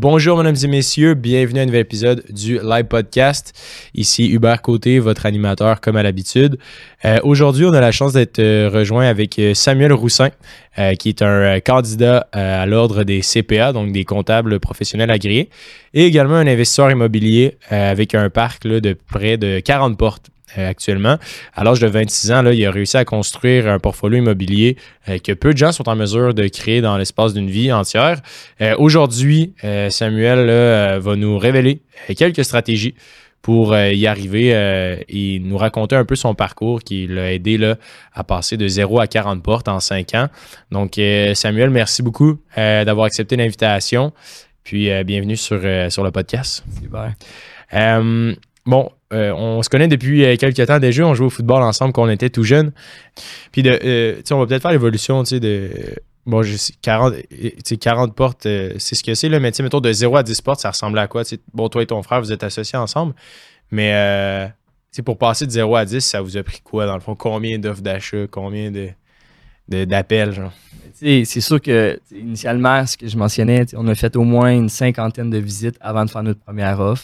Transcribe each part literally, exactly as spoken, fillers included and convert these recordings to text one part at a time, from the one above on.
Bonjour mesdames et messieurs, bienvenue à un nouvel épisode du Live Podcast. Ici Hubert Côté, votre animateur comme à l'habitude. Euh, aujourd'hui, on a la chance d'être euh, rejoint avec Samuel Roussin, euh, qui est un euh, candidat euh, à l'ordre des C P A, donc des comptables professionnels agréés, et également un investisseur immobilier euh, avec un parc là, de près de quarante portes. Euh, actuellement. À l'âge de vingt-six ans, là, il a réussi à construire un portfolio immobilier euh, que peu de gens sont en mesure de créer dans l'espace d'une vie entière. Euh, aujourd'hui, euh, Samuel là, euh, va nous révéler quelques stratégies pour euh, y arriver euh, et nous raconter un peu son parcours qui l'a aidé là, à passer de zéro à quarante portes en cinq ans. Donc, euh, Samuel, merci beaucoup euh, d'avoir accepté l'invitation. Puis, euh, bienvenue sur, euh, sur le podcast. Super. Euh, bon, Euh, on se connaît depuis euh, quelques temps déjà. On jouait au football ensemble quand on était tout jeune. Puis, de, euh, tu sais, on va peut-être faire l'évolution, tu sais, de... Bon, je sais, quarante, tu sais, quarante portes, euh, c'est ce que c'est, là. Mais, tu sais, mettons, de zéro à dix portes, ça ressemble à quoi? Tu sais, bon, toi et ton frère, vous êtes associés ensemble. Mais, euh, tu sais, pour passer de zéro à dix, ça vous a pris quoi, dans le fond? Combien d'offres d'achat? Combien de, de, d'appels, genre? Tu sais, c'est sûr que, initialement, ce que je mentionnais, on a fait au moins une cinquantaine de visites avant de faire notre première offre.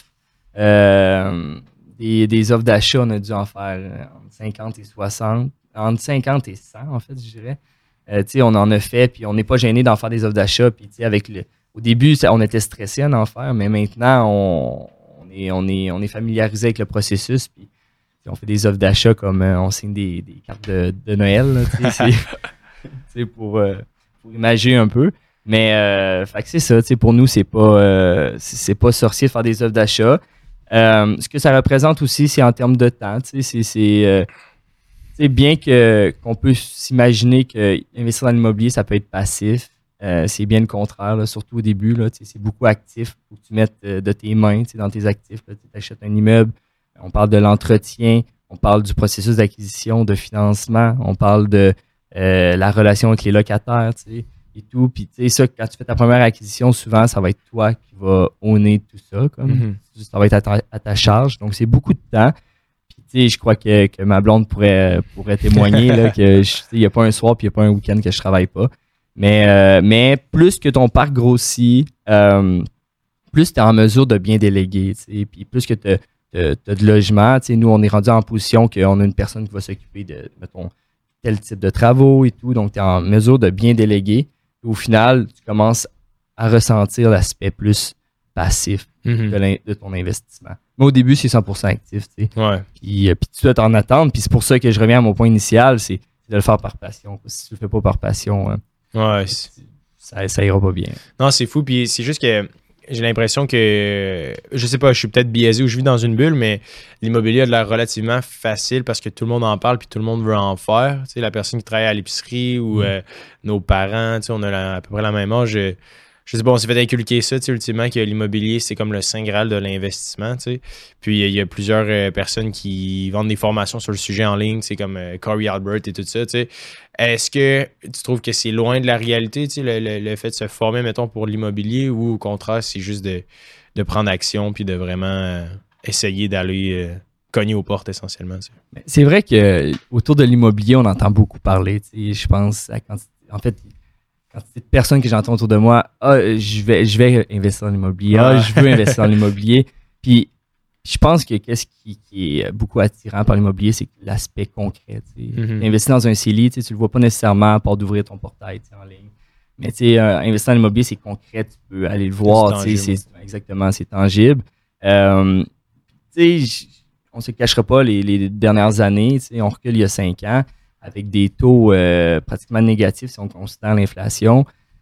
Euh... Des, des offres d'achat, on a dû en faire entre cinquante et soixante, entre cinquante et cent, en fait, je dirais. Euh, tu sais, on en a fait, puis on n'est pas gêné d'en faire des offres d'achat. Puis, tu sais, avec le, au début, ça, on était stressé à en faire, mais maintenant, on, on, est, on, est, on est familiarisé avec le processus. Puis, on fait des offres d'achat comme euh, on signe des, des cartes de, de Noël, là, tu sais, c'est pour, euh, pour imager un peu. Mais, euh, fait que c'est ça, tu sais, pour nous, c'est pas, euh, c'est, c'est pas sorcier de faire des offres d'achat. Euh, ce que ça représente aussi, c'est en termes de temps. C'est, c'est, euh, c'est bien que, qu'on peut s'imaginer qu'investir dans l'immobilier, ça peut être passif. Euh, c'est bien le contraire, là, surtout au début. Là, c'est beaucoup actif. Il faut que tu mettes euh, de tes mains dans tes actifs. Tu achètes un immeuble. On parle de l'entretien. On parle du processus d'acquisition, de financement. On parle de euh, la relation avec les locataires. T'sais. Et tout. Puis, tu sais, ça, quand tu fais ta première acquisition, souvent, ça va être toi qui vas owner tout ça. Comme. Mm-hmm. Ça va être à ta, à ta charge. Donc, c'est beaucoup de temps. Puis, tu sais, je crois que, que ma blonde pourrait, pourrait témoigner là, que il n'y a pas un soir puis il n'y a pas un week-end que je travaille pas. Mais, euh, mais plus que ton parc grossit, euh, plus tu es en mesure de bien déléguer. Puis, plus que tu as de logement. Nous, on est rendu en position qu'on a une personne qui va s'occuper de, mettons, tel type de travaux et tout. Donc, tu es en mesure de bien déléguer. Au final, tu commences à ressentir l'aspect plus passif mm-hmm. de, de ton investissement. Mais au début, c'est cent pour cent actif. Tu sais. Ouais. Puis, euh, puis tu dois t'en attendre. Puis c'est pour ça que je reviens à mon point initial, c'est de le faire par passion. Si tu le fais pas par passion, hein, ouais, ça, ça ira pas bien. Non, c'est fou. Puis c'est juste que j'ai l'impression que, je sais pas, je suis peut-être biaisé ou je vis dans une bulle, mais l'immobilier a de l'air relativement facile parce que tout le monde en parle puis tout le monde veut en faire. Tu sais, la personne qui travaille à l'épicerie ou mm. euh, nos parents, tu sais, on a la, à peu près la même âge. Je, je sais pas, on s'est fait inculquer ça, tu sais, ultimement, que l'immobilier, c'est comme le saint graal de l'investissement, tu sais. Puis il y a plusieurs euh, personnes qui vendent des formations sur le sujet en ligne, c'est comme euh, Corey Albert et tout ça, tu sais. Est-ce que tu trouves que c'est loin de la réalité, tu sais, le, le, le fait de se former, mettons, pour l'immobilier, ou au contraire, c'est juste de, de prendre action puis de vraiment euh, essayer d'aller euh, cogner aux portes essentiellement, tu sais? C'est vrai qu'autour de l'immobilier, on entend beaucoup parler, tu sais, je pense, à quand, en fait, quantité de personnes que j'entends autour de moi, ah, je vais, je vais investir dans l'immobilier, ah, je veux investir dans l'immobilier. Puis, je pense que qu'est-ce qui, qui est beaucoup attirant par l'immobilier, c'est l'aspect concret. Mm-hmm. Investir dans un C E L I, tu ne le vois pas nécessairement à part d'ouvrir ton portail en ligne. Mais euh, investir dans l'immobilier, c'est concret, tu peux aller le voir. C'est c'est, exactement, c'est tangible. Euh, on ne se cachera pas, les, les dernières années, on recule il y a cinq ans, avec des taux euh, pratiquement négatifs si on considère l'inflation.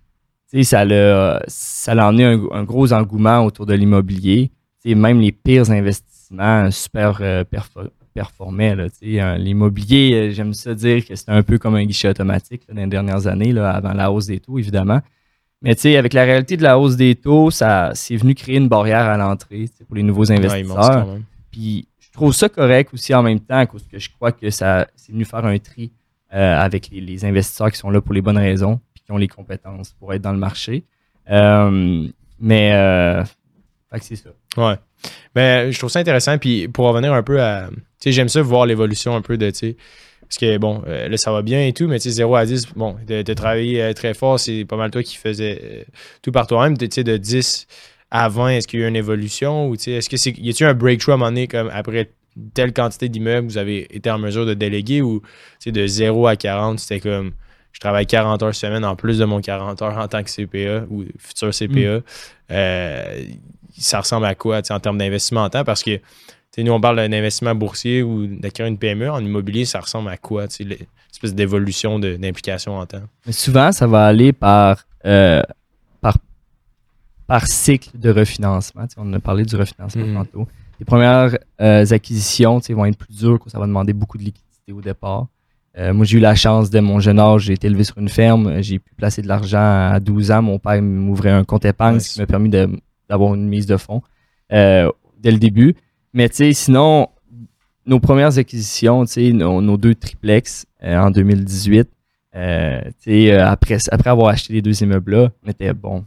Ça l'a, ça l'a emmené un, un gros engouement autour de l'immobilier. T'sais, même les pires investissements super euh, perfor- performaient. Là, hein. L'immobilier, euh, j'aime ça dire que c'était un peu comme un guichet automatique là, dans les dernières années, là, avant la hausse des taux, évidemment. Mais avec la réalité de la hausse des taux, ça c'est venu créer une barrière à l'entrée pour les nouveaux investisseurs. Ouais, puis je trouve ça correct aussi en même temps, parce que je crois que ça c'est venu faire un tri euh, avec les, les investisseurs qui sont là pour les bonnes raisons puis qui ont les compétences pour être dans le marché. Euh, mais euh, fait que c'est ça. Ouais. Ben, je trouve ça intéressant. Puis pour revenir un peu à. Tu sais, j'aime ça voir l'évolution un peu de. Tu sais, parce que bon, euh, là, ça va bien et tout, mais tu sais, zéro à dix, bon, de, de travailler euh, très fort, c'est pas mal toi qui faisais euh, tout par toi-même. Tu sais, de dix avant, est-ce qu'il y a eu une évolution? Ou est-ce que c'est. Y a-t-il un breakthrough à un moment donné, comme après telle quantité d'immeubles, vous avez été en mesure de déléguer ou de zéro à quarante, c'était comme je travaille quarante heures semaine en plus de mon quarante heures en tant que C P A ou futur C P A. Mm. Euh, ça ressemble à quoi en termes d'investissement en temps? Parce que nous, on parle d'un investissement boursier ou d'acquérir une P M E. En immobilier, ça ressemble à quoi? L'espèce d'évolution de, d'implication en temps? Mais souvent, ça va aller par, euh, par, par cycle de refinancement. T'sais, on a parlé du refinancement mm. tantôt. Les premières euh, acquisitions vont être plus dures, ça va demander beaucoup de liquidité au départ. Euh, moi, j'ai eu la chance, dès mon jeune âge, j'ai été élevé sur une ferme, j'ai pu placer de l'argent à douze ans. Mon père m'ouvrait un compte épargne, ouais, ce qui m'a permis de, d'avoir une mise de fonds euh, dès le début. Mais tu sais, sinon, nos premières acquisitions, nos, nos deux triplex euh, en deux mille dix-huit, euh, euh, après, après avoir acheté les deux immeubles-là, on était bon.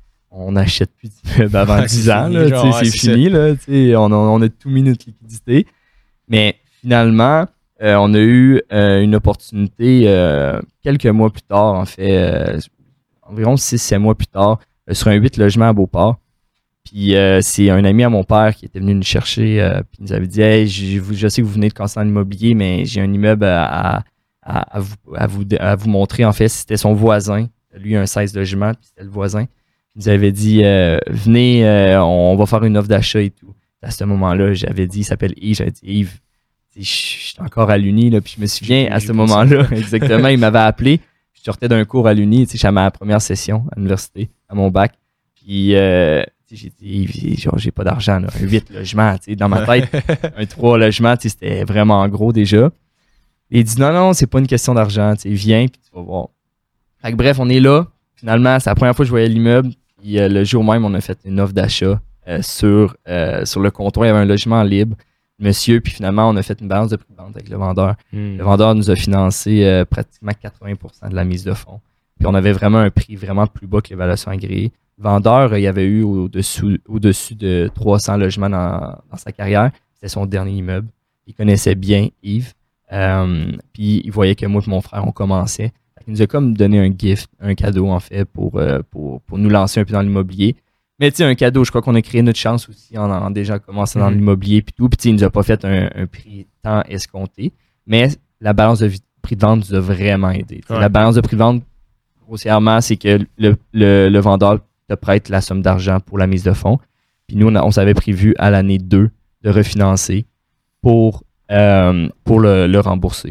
On n'achète plus d'immeubles avant dix ans, là, genre, ouais, c'est, c'est fini. Là, on, a, on a tout mis notre liquidité. Mais finalement, euh, on a eu euh, une opportunité euh, quelques mois plus tard, en fait, euh, environ six sept mois plus tard, euh, sur un huit logements à Beauport. Puis euh, c'est un ami à mon père qui était venu nous chercher, euh, puis il nous avait dit hey, je, je sais que vous venez de commencer dans l'immobilier, mais j'ai un immeuble à, à, à, vous, à, vous, à vous montrer. En fait, c'était son voisin. Lui, un seize logements, puis c'était le voisin. Il nous avait dit euh, venez, euh, on va faire une offre d'achat et tout. À ce moment-là, j'avais dit, il s'appelle Yves, j'avais dit Yves, je suis encore à l'Uni, là, puis je me souviens, à ce moment-là, exactement, il m'avait appelé. Je sortais d'un cours à l'Uni, tu sais, j'étais à ma première session à l'université, à mon bac. Puis euh, j'ai dit, genre, j'ai pas d'argent, là, un huit logements, tu sais, dans ma tête, un trois logements, tu sais, c'était vraiment gros déjà. Et il dit, non, non, c'est pas une question d'argent, tu sais, viens, puis tu vas voir. Fait que bref, on est là. Finalement, c'est la première fois que je voyais l'immeuble. Puis euh, le jour même, on a fait une offre d'achat euh, sur, euh, sur le comptoir. Il y avait un logement libre, monsieur, puis finalement, on a fait une balance de prix de vente avec le vendeur. Mm. Le vendeur nous a financé euh, pratiquement quatre-vingts pour cent de la mise de fonds. Puis on avait vraiment un prix vraiment plus bas que l'évaluation agréée. Le vendeur, euh, il avait eu au-dessus, au-dessus de trois cents logements dans, dans sa carrière. C'était son dernier immeuble. Il connaissait bien Yves. Euh, puis il voyait que moi et mon frère, on commençait. Il nous a comme donné un gift, un cadeau en fait, pour, euh, pour, pour nous lancer un peu dans l'immobilier. Mais tu sais, un cadeau, je crois qu'on a créé notre chance aussi en, en déjà commençant mm-hmm. dans l'immobilier puis tout. Puis tu sais, il nous a pas fait un, un prix tant escompté. Mais la balance de vi- prix de vente nous a vraiment aidé. Ouais. La balance de prix de vente, grossièrement, c'est que le, le, le vendeur te prête la somme d'argent pour la mise de fonds. Puis nous, on, a, on s'avait prévu à l'année deux de refinancer pour, euh, pour le, le rembourser.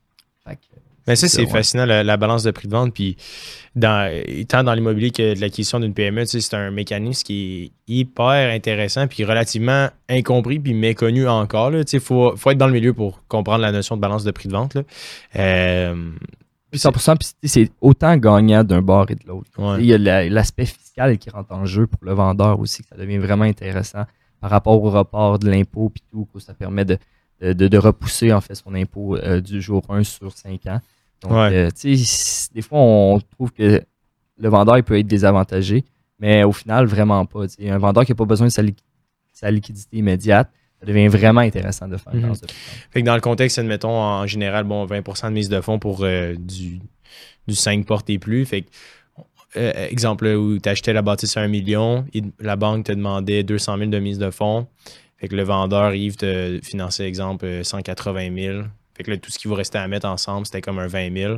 Mais ça, c'est, c'est fascinant, la, la balance de prix de vente. Puis, dans, tant dans l'immobilier que de l'acquisition d'une P M E, tu sais, c'est un mécanisme qui est hyper intéressant puis relativement incompris puis méconnu encore. Il faut, faut être dans le milieu pour comprendre la notion de balance de prix de vente. Là. Euh, puis cent pour cent, puis c'est autant gagnant d'un bord et de l'autre. Ouais. Il y a la, l'aspect fiscal qui rentre en jeu pour le vendeur aussi, que ça devient vraiment intéressant par rapport au report de l'impôt puis tout, que ça permet de, de, de, de repousser en fait son impôt euh, du jour un sur cinq ans. Donc, ouais. euh, tu sais, des fois, on trouve que le vendeur il peut être désavantagé, mais au final, vraiment pas. T'sais. Un vendeur qui n'a pas besoin de sa, li- sa liquidité immédiate, ça devient vraiment intéressant de faire. Mm-hmm. Fait que dans le contexte, admettons, en général, bon, vingt pour cent de mise de fonds pour euh, du, du cinq portes et plus. Fait que, euh, exemple où tu achetais la bâtisse à un million, il, la banque te demandait deux cent mille de mise de fonds. Fait que le vendeur, Yves, te finançait, exemple, cent quatre-vingt mille. Fait que là, tout ce qui vous restait à mettre ensemble, c'était comme un vingt mille.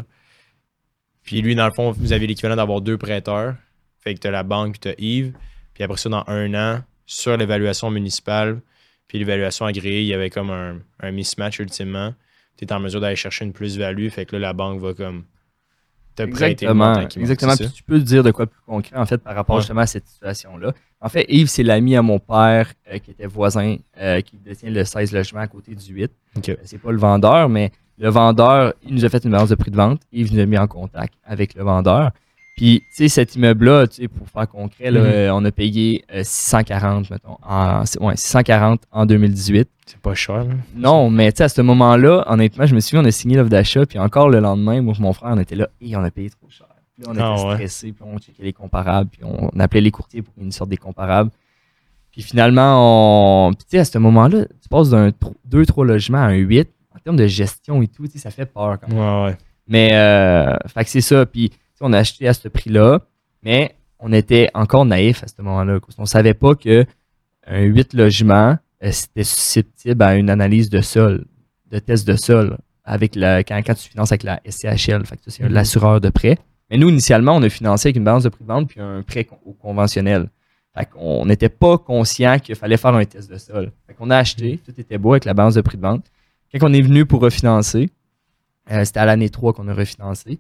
Puis lui, dans le fond, vous avez l'équivalent d'avoir deux prêteurs. Fait que tu as la banque puis tu as Yves. Puis après ça, dans un an, sur l'évaluation municipale puis l'évaluation agréée, il y avait comme un, un mismatch ultimement. Tu es en mesure d'aller chercher une plus-value. Fait que là, la banque va comme te prêter le montant qui manque. Exactement. Puis tu peux dire de quoi plus concret, en fait, par rapport ouais. justement à cette situation-là. En fait, Yves, c'est l'ami à mon père euh, qui était voisin, euh, qui détient le seize logements à côté du huit. Okay. Euh, c'est pas le vendeur, mais le vendeur, il nous a fait une balance de prix de vente. Yves nous a mis en contact avec le vendeur. Puis, tu sais, cet immeuble-là, tu sais, pour faire concret, là, mm-hmm. on a payé euh, six cent quarante, mettons, en, ouais, six cent quarante en deux mille dix-huit. C'est pas cher, là. Non, mais tu sais, à ce moment-là, honnêtement, je me souviens, on a signé l'offre d'achat, puis encore le lendemain, moi et mon frère, on était là, et on a payé trop cher. Puis là, on était ah, stressés, ouais. puis on checkait les comparables, puis on, on appelait les courtiers pour qu'ils nous sortent des comparables. Puis finalement, on... Puis tu sais, à ce moment-là, tu passes d'un deux trois logements à un huit, en termes de gestion et tout, tu sais, ça fait peur quand même. Ouais, ouais. Mais, euh, fait que c'est ça, puis on a acheté à ce prix-là, mais on était encore naïfs à ce moment-là. On ne savait pas qu'un huit logements, euh, c'était susceptible à une analyse de sol, de test de sol, avec la, quand, quand tu finances avec la S C H L. Fait que ça, c'est mm-hmm. l'assureur de prêt. Mais nous, initialement, on a financé avec une balance de prix de vente puis un prêt con- conventionnel. Fait qu'on n'était pas conscient qu'il fallait faire un test de sol. Fait qu'on a acheté, tout était beau avec la balance de prix de vente. Quand on est venu pour refinancer, euh, c'était à l'année trois qu'on a refinancé.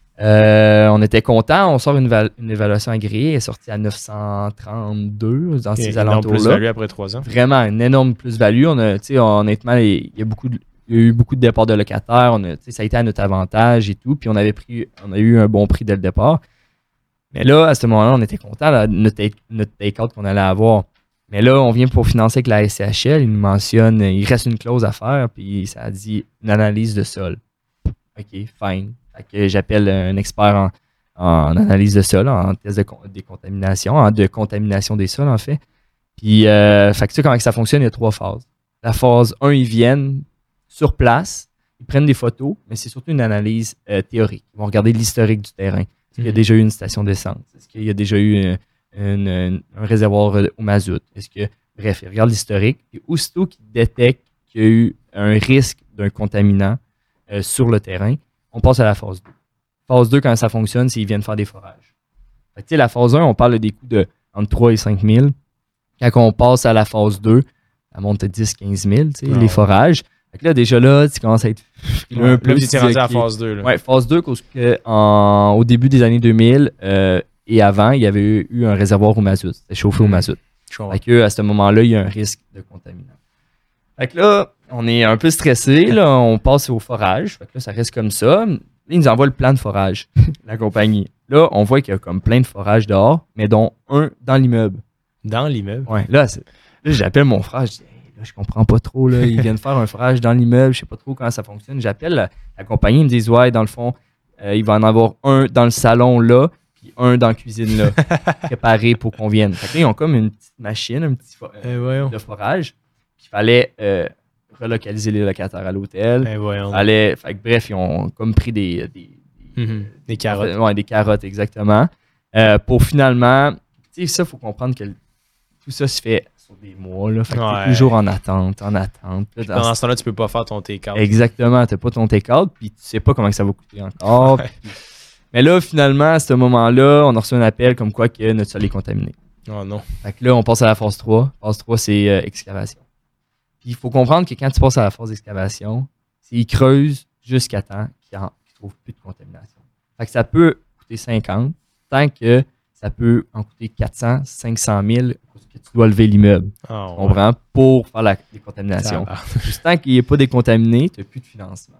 Euh, on était content, on sort une, val- une évaluation agréée, elle est sortie à neuf cent trente-deux dans ces alentours-là. Plus-value après trois ans. Vraiment, une énorme plus-value. On a, honnêtement, il y a beaucoup de, il y a eu beaucoup de départs de locataires. On a, ça a été à notre avantage et tout. Puis on avait pris, on a eu un bon prix dès le départ. Mais là, à ce moment-là, on était content de notre, notre take-out qu'on allait avoir. Mais là, on vient pour financer avec la S C H L. Il nous mentionne, il reste une clause à faire, puis ça a dit une analyse de sol. OK, fine. Fait que j'appelle un expert en, en analyse de sol, en test de décontamination, en de contamination des sols, en fait. Puis, euh, fait que tu sais comment ça fonctionne, il y a trois phases. La phase un, ils viennent sur place, ils prennent des photos, mais c'est surtout une analyse euh, théorique. Ils vont regarder l'historique du terrain. Est-ce qu'il y a déjà eu une station d'essence? Est-ce qu'il y a déjà eu une, une, une, un réservoir au mazout? Est-ce que, bref, ils regardent l'historique. Et aussitôt qu'ils détectent qu'il y a eu un risque d'un contaminant euh, sur le terrain, on passe à la phase deux. Phase deux, quand ça fonctionne, c'est qu'ils viennent faire des forages. Fait que, la phase un, on parle des coûts de entre trois et cinq mille. Quand on passe à la phase deux, ça monte à dix à quinze mille, oh. les forages. Fait que là, déjà là, tu commences à être ouais, un peu. Là, tu es rendu à la phase deux. Là. Ouais, phase deux, parce que en, au début des années deux mille euh, et avant, il y avait eu, eu un réservoir au mazout. C'était chauffé mmh. au mazout. Fait que à ce moment-là, il y a un risque de contaminant. Fait que là, on est un peu stressé. Là, on passe au forage. Fait que là, ça reste comme ça. Là, ils nous envoient le plan de forage, la compagnie. Là, on voit qu'il y a comme plein de forages dehors, mais dont un dans l'immeuble. Dans l'immeuble? Ouais. Là, là j'appelle mon frère. Je dis, hey, là, je comprends pas trop. Là. Ils viennent faire un forage dans l'immeuble. Je sais pas trop comment ça fonctionne. J'appelle la, la compagnie. Ils me disent, ouais, dans le fond, euh, il va en avoir un dans le salon là, puis un dans la cuisine là, préparé pour qu'on vienne. Fait que là, ils ont comme une petite machine, un petit fo- euh, de forage. Il fallait euh, relocaliser les locataires à l'hôtel. Fallait, fait que, bref, ils ont comme pris des... Des, des, mm-hmm. des carottes. Euh, ouais, des carottes, exactement. Euh, pour finalement... Tu sais, ça, il faut comprendre que tout ça se fait sur des mois. Là, fait que ouais. t'es toujours en attente, en attente. Là, dans pendant ce temps-là, tu peux pas faire ton take-out. Exactement, tu n'as pas ton take-out, puis tu sais pas comment que ça va coûter encore. Ouais. Puis... Mais là, finalement, à ce moment-là, on a reçu un appel comme quoi que notre sol est contaminé. Oh non. Fait que là, on passe à la phase trois. Phase trois, c'est euh, excavation. Puis il faut comprendre que quand tu passes à la phase d'excavation, c'est qu'ils creusent jusqu'à temps qu'ils ne trouvent plus de contamination. Fait que ça peut coûter cinquante, tant que ça peut en coûter quatre cents, cinq cent mille parce que tu dois lever l'immeuble. Oh, tu comprends? Ouais. Pour faire la décontamination. Juste tant qu'il n'est pas décontaminé, tu n'as plus de financement.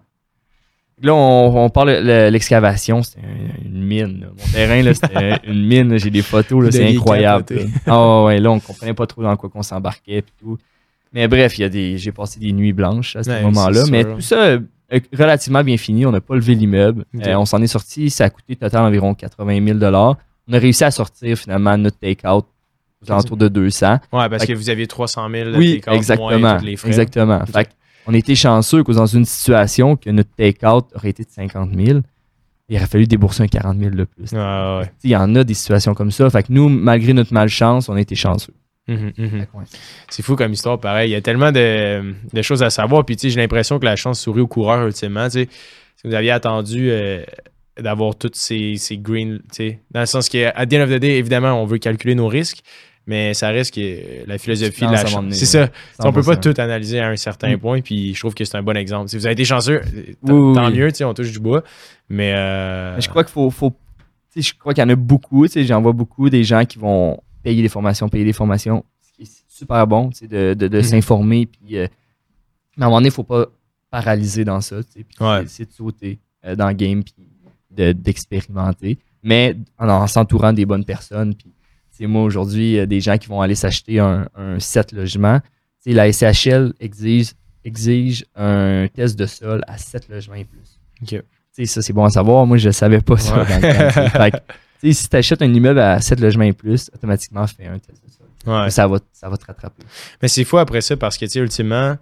Là, on, on parle de l'excavation, c'était une mine. Là. Mon terrain, là, c'était une mine. Là. J'ai des photos, là, c'est incroyable. Ah oh, ouais, là, on ne comprenait pas trop dans quoi qu'on s'embarquait et tout. Mais bref, il y a des, j'ai passé des nuits blanches à ce ouais, moment-là. Mais tout ça, euh, relativement bien fini. On n'a pas levé l'immeuble. Okay. Euh, on s'en est sorti. Ça a coûté total environ quatre-vingt mille dollars. On a réussi à sortir finalement notre take-out aux alentours de deux cents. Ouais, parce fait que vous aviez trois cent mille de oui, take-out exactement, moins tous les frais. Exactement. Okay. Fait on était chanceux que dans une situation que notre take-out aurait été de cinquante mille, il aurait fallu débourser un quarante mille de plus. Ah, ouais. Il y en a des situations comme ça. Fait que nous, malgré notre malchance, on a été chanceux. Mmh, mmh. C'est fou comme histoire, pareil. Il y a tellement de, de choses à savoir. Puis j'ai l'impression que la chance sourit au coureur ultimement. T'sais. Si vous aviez attendu euh, d'avoir toutes ces, ces green, dans le sens qu'à the end of the day, évidemment, on veut calculer nos risques, mais ça reste que la philosophie de la chance. C'est ça. On peut pas tout analyser à un certain mmh. point. Puis je trouve que c'est un bon exemple. Si vous avez été chanceux, oui, tant oui. mieux, on touche du bois. Mais, euh... mais je crois qu'il faut. faut je crois qu'il y en a beaucoup. J'en vois beaucoup des gens qui vont payer des formations, payer des formations. C'est super bon de, de, de mmh. s'informer. Puis, euh, mais à un moment donné, il ne faut pas paralyser dans ça. Puis ouais. c'est de sauter euh, dans le game puis de, d'expérimenter. Mais en, en s'entourant des bonnes personnes. Puis, moi, aujourd'hui, euh, des gens qui vont aller s'acheter un, un sept logements. T'sais, la S C H L exige, exige un test de sol à sept logements et plus. Okay. Ça, c'est bon à savoir. Moi, je ne savais pas ça. Ouais. Dans le temps, fait que, si tu achètes un immeuble à sept logements et plus, automatiquement, fais un test de sol. Ouais. Ça va, ça va te rattraper. Mais c'est fou après ça parce que, tu sais, ultimement,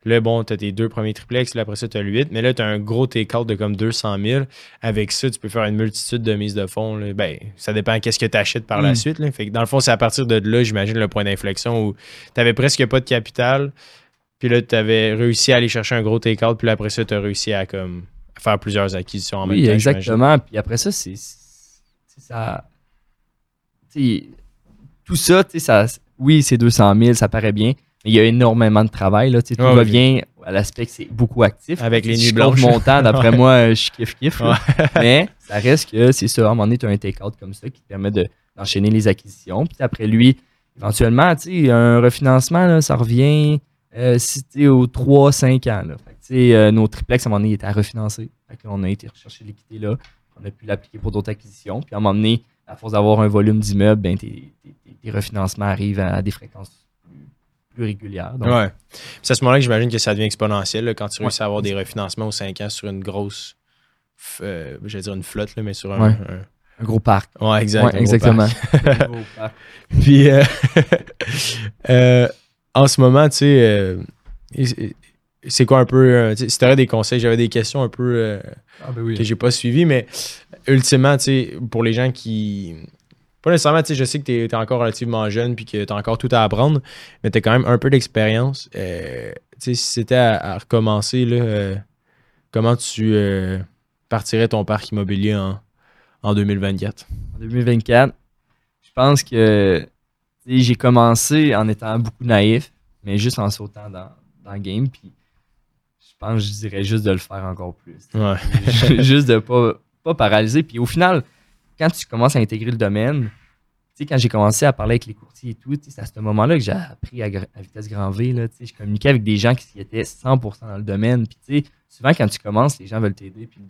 Là, bon, tu as tes deux premiers triplex, là, après ça, tu as le huit. Mais là, tu as un gros take-out de comme deux cent mille. Avec ça, tu peux faire une multitude de mises de fonds. Là. Ben, ça dépend qu'est-ce que tu achètes par mm. la suite. Là. Fait que dans le fond, c'est à partir de là, j'imagine, le point d'inflexion où tu n'avais presque pas de capital. Puis là, tu avais réussi à aller chercher un gros take-out. Puis là, après ça, tu as réussi à, comme, à faire plusieurs acquisitions en oui, même temps. Oui, exactement. Puis après ça, c'est, c'est ça. T'sais, tout ça, ça, oui, c'est deux cent mille, ça paraît bien. Mais il y a énormément de travail. Là, tout oh, revient oui. à l'aspect que c'est beaucoup actif. Avec les si nuits blanches. Je compte mon temps, d'après moi, je kiffe, kiffe. Ouais. Mais ça reste que c'est ça. À un moment donné, tu as un take-out comme ça qui te permet de, d'enchaîner les acquisitions. Puis après lui, éventuellement, un refinancement, là, ça revient euh, si, aux trois à cinq ans. Là. Fait que, euh, nos triplex, à un moment donné, étaient à refinancer. Fait que, on a été rechercher l'équité là. On a pu l'appliquer pour d'autres acquisitions. Puis à un moment donné, à force d'avoir un volume d'immeubles, ben, tes, tes, tes refinancements arrivent à, à des fréquences plus régulière. Donc. Ouais. C'est à ce moment-là que j'imagine que ça devient exponentiel là, quand tu réussis ouais. à avoir des refinancements aux cinq ans sur une grosse, euh, je vais dire une flotte, là, mais sur un, ouais. un... un gros parc. Ouais, exact, ouais, exactement. un gros parc. Puis, euh, euh, en ce moment, tu sais, euh, c'est quoi un peu, euh, si tu aurais des conseils, j'avais des questions un peu euh, ah, ben oui. que j'ai pas suivies, mais ultimement, tu sais, pour les gens qui... Pas nécessairement, tu sais, je sais que tu es encore relativement jeune puis que tu as encore tout à apprendre, mais tu as quand même un peu d'expérience. Euh, tu sais, si c'était à, à recommencer, là, euh, comment tu euh, partirais ton parc immobilier en, en deux mille vingt-quatre? En deux mille vingt-quatre, je pense que j'ai commencé en étant beaucoup naïf, mais juste en sautant dans, dans le game. Puis je pense que je dirais juste de le faire encore plus. Ouais. Juste de ne pas, pas paralyser. Puis au final, quand tu commences à intégrer le domaine, tu sais, quand j'ai commencé à parler avec les courtiers et tout, c'est à ce moment-là que j'ai appris à, à vitesse grand V. Là, je communiquais avec des gens qui étaient cent pour cent dans le domaine. Puis, souvent, quand tu commences, les gens veulent t'aider. Puis,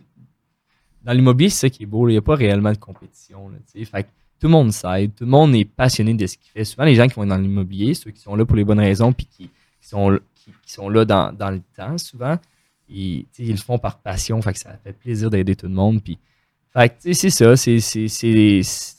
dans l'immobilier, c'est ça qui est beau. Il n'y a pas réellement de compétition. Là, fait que tout le monde s'aide. Tout le monde est passionné de ce qu'il fait. Souvent, les gens qui vont être dans l'immobilier, ceux qui sont là pour les bonnes raisons puis qui, qui, sont, qui, qui sont là dans, dans le temps, souvent, et, ils le font par passion. Fait que ça fait plaisir d'aider tout le monde. Puis, fait que, c'est ça, c'est, c'est, c'est,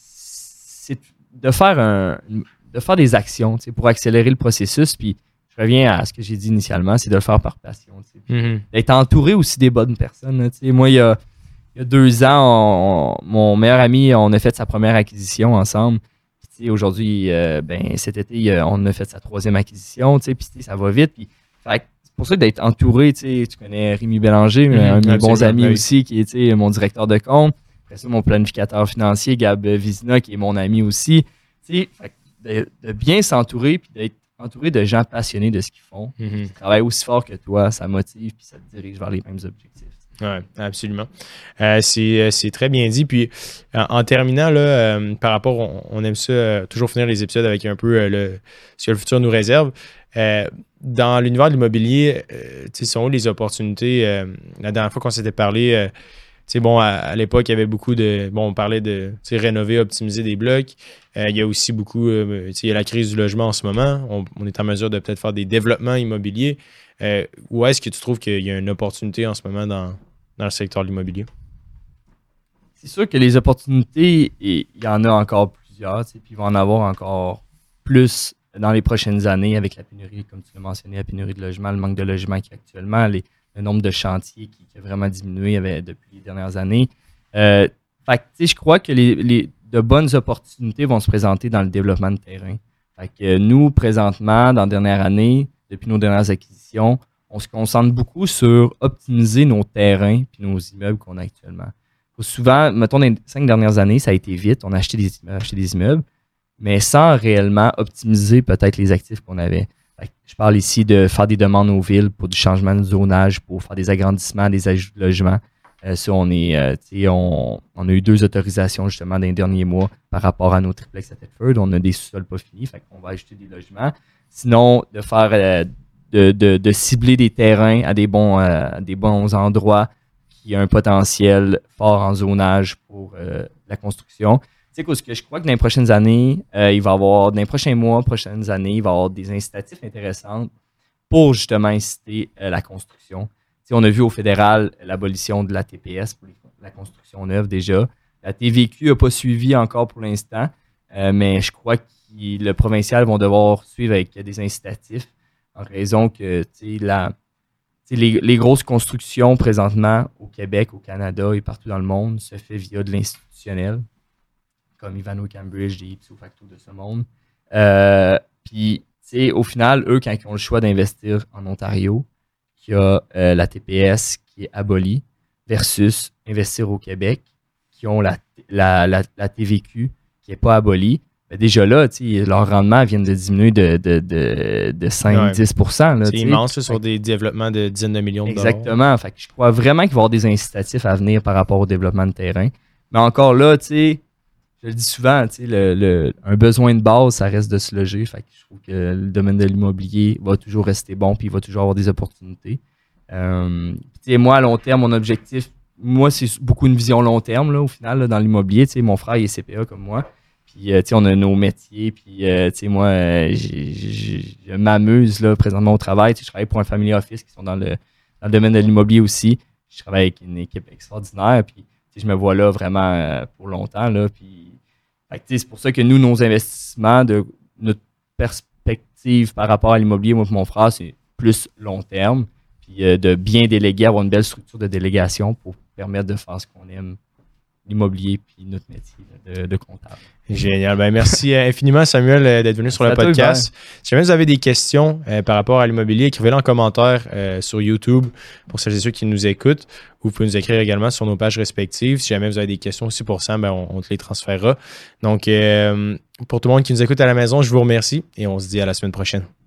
c'est de, faire un, de faire des actions pour accélérer le processus. Puis, je reviens à ce que j'ai dit initialement, c'est de le faire par passion. Mm-hmm. D'être entouré aussi des bonnes personnes. Là, moi, il y, a, il y a deux ans, on, on, mon meilleur ami, on a fait sa première acquisition ensemble. Puis, aujourd'hui, euh, ben, cet été, on a fait sa troisième acquisition. Puis, ça va vite. Puis, fait que, c'est pour ça que d'être entouré, tu connais Rémi Bélanger, mm-hmm. un de mes bons amis oui. aussi, qui est mon directeur de compte. Après ça, mon planificateur financier, Gab Vizina, qui est mon ami aussi. Fait de, de bien s'entourer puis d'être entouré de gens passionnés de ce qu'ils font, mm-hmm. qui travaillent aussi fort que toi, ça motive puis ça te dirige vers les mêmes objectifs. Oui, absolument. Euh, c'est, c'est très bien dit. Puis en, en terminant, là, euh, par rapport, on, on aime ça euh, toujours finir les épisodes avec un peu euh, le, ce que le futur nous réserve. Euh, dans l'univers de l'immobilier, euh, sont où les opportunités? Euh, la dernière fois qu'on s'était parlé, euh, T'sais, bon, à, à l'époque, il y avait beaucoup de... Bon, on parlait de rénover, optimiser des blocs. Euh, il y a aussi beaucoup... Euh, il y a la crise du logement en ce moment. On, on est en mesure de peut-être faire des développements immobiliers. Euh, où est-ce que tu trouves qu'il y a une opportunité en ce moment dans, dans le secteur de l'immobilier? C'est sûr que les opportunités, il y en a encore plusieurs. Puis il va en avoir encore plus dans les prochaines années avec la pénurie, comme tu l'as mentionné, la pénurie de logement, le manque de logement qui est actuellement, les... le nombre de chantiers qui, qui a vraiment diminué avec, depuis les dernières années. Euh, fait que, je crois que les, les, de bonnes opportunités vont se présenter dans le développement de terrain. Fait que, nous, présentement, dans la dernière année, depuis nos dernières acquisitions, on se concentre beaucoup sur optimiser nos terrains et nos immeubles qu'on a actuellement. Souvent, mettons, dans les cinq dernières années, ça a été vite. On a acheté des, acheté des immeubles, mais sans réellement optimiser peut-être les actifs qu'on avait. Je parle ici de faire des demandes aux villes pour du changement de zonage, pour faire des agrandissements, des ajouts de logements. Euh, ça, on, est, euh, on, on a eu deux autorisations justement dans les derniers mois par rapport à nos triplex à Thetford. On a des sous-sols pas finis, fait qu'on va ajouter des logements. Sinon, de faire euh, de, de, de cibler des terrains à des bons, euh, des bons endroits qui ont un potentiel fort en zonage pour euh, la construction. Tu sais, parce que je crois que dans les prochaines années, euh, il va y avoir, dans les prochains mois, prochaines années, il va y avoir des incitatifs intéressants pour justement inciter euh, la construction. Tu sais, on a vu au fédéral l'abolition de la T P S pour les, la construction neuve déjà. La T V Q n'a pas suivi encore pour l'instant, euh, mais je crois que le provincial vont devoir suivre avec des incitatifs en raison que tu sais, la, les, les grosses constructions présentement au Québec, au Canada et partout dans le monde se fait via de l'institutionnel, comme Ivanhoe Cambridge, des ipso facto de ce monde. Euh, Puis, au final, eux, quand ils ont le choix d'investir en Ontario, il y a euh, la T P S qui est abolie versus investir au Québec, qui ont la, la, la, la T V Q qui n'est pas abolie. Ben déjà là, leur rendement vient de diminuer de, de, de, de cinq à dix pour cent. C'est immense là, sur des développements de dizaines de millions de dollars. Exactement. Fait que je crois vraiment qu'il va y avoir des incitatifs à venir par rapport au développement de terrain. Mais encore là, tu sais, je le dis souvent, le, le, un besoin de base, ça reste de se loger. Fait que je trouve que le domaine de l'immobilier va toujours rester bon puis il va toujours avoir des opportunités. Euh, moi, à long terme, mon objectif, moi, c'est beaucoup une vision long terme là, au final, là, dans l'immobilier. Mon frère il est C P A comme moi. Puis, euh, on a nos métiers. Puis, euh, moi, euh, je m'amuse là, présentement au travail. Je travaille pour un family office qui sont dans le, dans le domaine de l'immobilier aussi. Je travaille avec une équipe extraordinaire. Puis, je me vois là vraiment euh, pour longtemps. Là, puis, c'est pour ça que nous, nos investissements, de notre perspective par rapport à l'immobilier, moi et mon frère, c'est plus long terme. Puis, euh, de bien déléguer, avoir une belle structure de délégation pour permettre de faire ce qu'on aime. L'immobilier puis notre métier de, de comptable. Génial. Ben, merci infiniment, Samuel, d'être venu sur le podcast. Toi, si jamais vous avez des questions euh, par rapport à l'immobilier, écrivez-les en commentaire euh, sur YouTube pour celles et ceux qui nous écoutent. Vous pouvez nous écrire également sur nos pages respectives. Si jamais vous avez des questions aussi pour ça, ben, on, on te les transférera. Donc, euh, pour tout le monde qui nous écoute à la maison, je vous remercie et on se dit à la semaine prochaine.